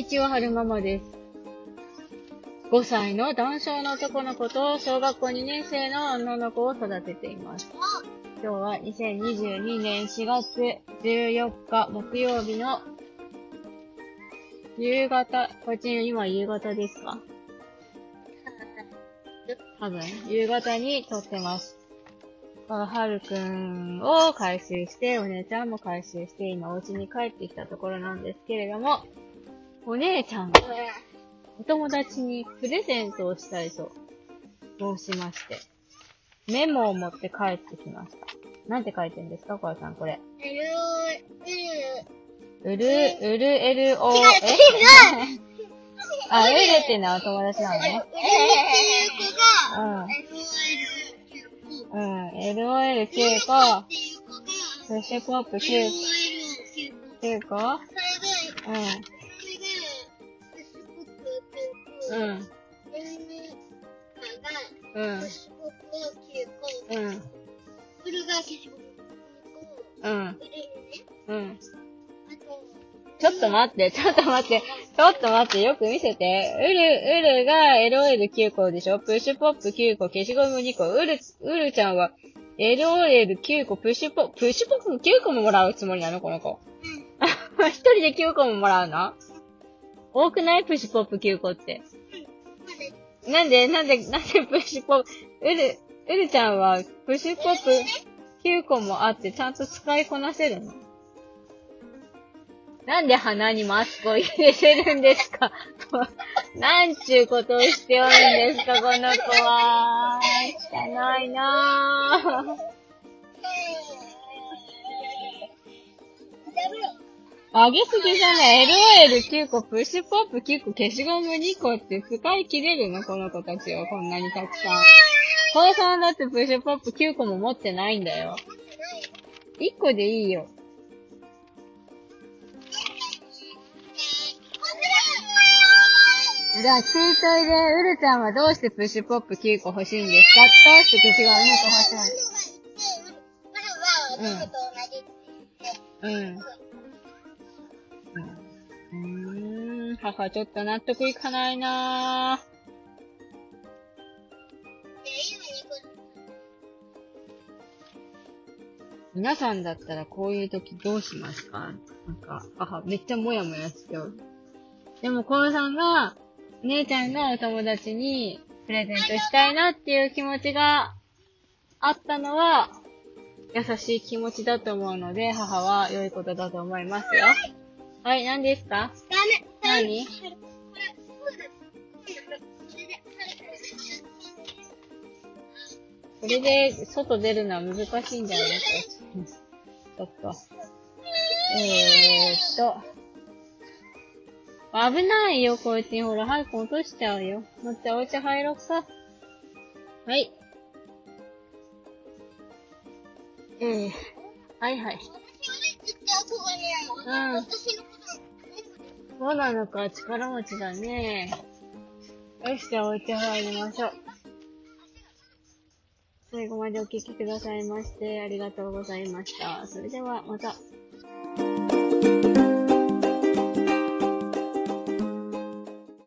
ちは、はるママです。5歳の男性の男の子と小学校2年生の女の子を育てています。今日は2022年4月14日木曜日の夕方、こっち今夕方ですか？多分、夕方に撮ってます。はるくんを回収して、お姉ちゃんも回収して、今お家に帰ってきたところなんですけれども、お姉ちゃんがお友達にプレゼントをしたいと申しまして、メモを持って帰ってきました。なんて書いてるんですか、これさん、これ。LOL。あ、エルってのはお友達なのね。LOL9 個、プッシュポップ9個、ちょっと待って、よく見せて。ウルが LOL9 個でしょ？プッシュポップ9個、消しゴム2個。ウルちゃんは LOL9 個、プッシュポップ9個ももらうつもりなのこの子。一人で9個ももらうの？多くない？プッシュポップ9個って。なんでプッシュポップ、ウルちゃんはプッシュポップ9個もあってちゃんと使いこなせるの？なんで鼻にマスクを入れてるんですか？なんちゅうことをしておるんですか、この子は。汚いなぁ。あげすぎじゃない。LOL9 個、プッシュポップ9個、消しゴム2個って使い切れるの？この子たちはこんなにたくさん。高3だってプッシュポップ9個も持ってないんだよ。1個でいいよ。じゃあ、聞いといで、ウルちゃんはどうしてプッシュポップ9個欲しいんですか？どうして消しゴム2個欲しい？母ちょっと納得いかないなぁ。皆さんだったらこういう時どうしますか？なんか、母めっちゃモヤモヤしておる。でも、コウさんが、姉ちゃんがお友達にプレゼントしたいなっていう気持ちがあったのは、優しい気持ちだと思うので、母は良いことだと思いますよ。はい、何ですか？何？それで、外出るのは難しいんじゃないですか？ちょっと。危ないよ、こいつに。ほら、早く落としちゃうよ。もっとお家入ろっか。はい。はいはい。そうなのか、力持ちだね。よし、じゃあお家入りましょう。最後までお聞きくださいまして、ありがとうございました。それでは、また。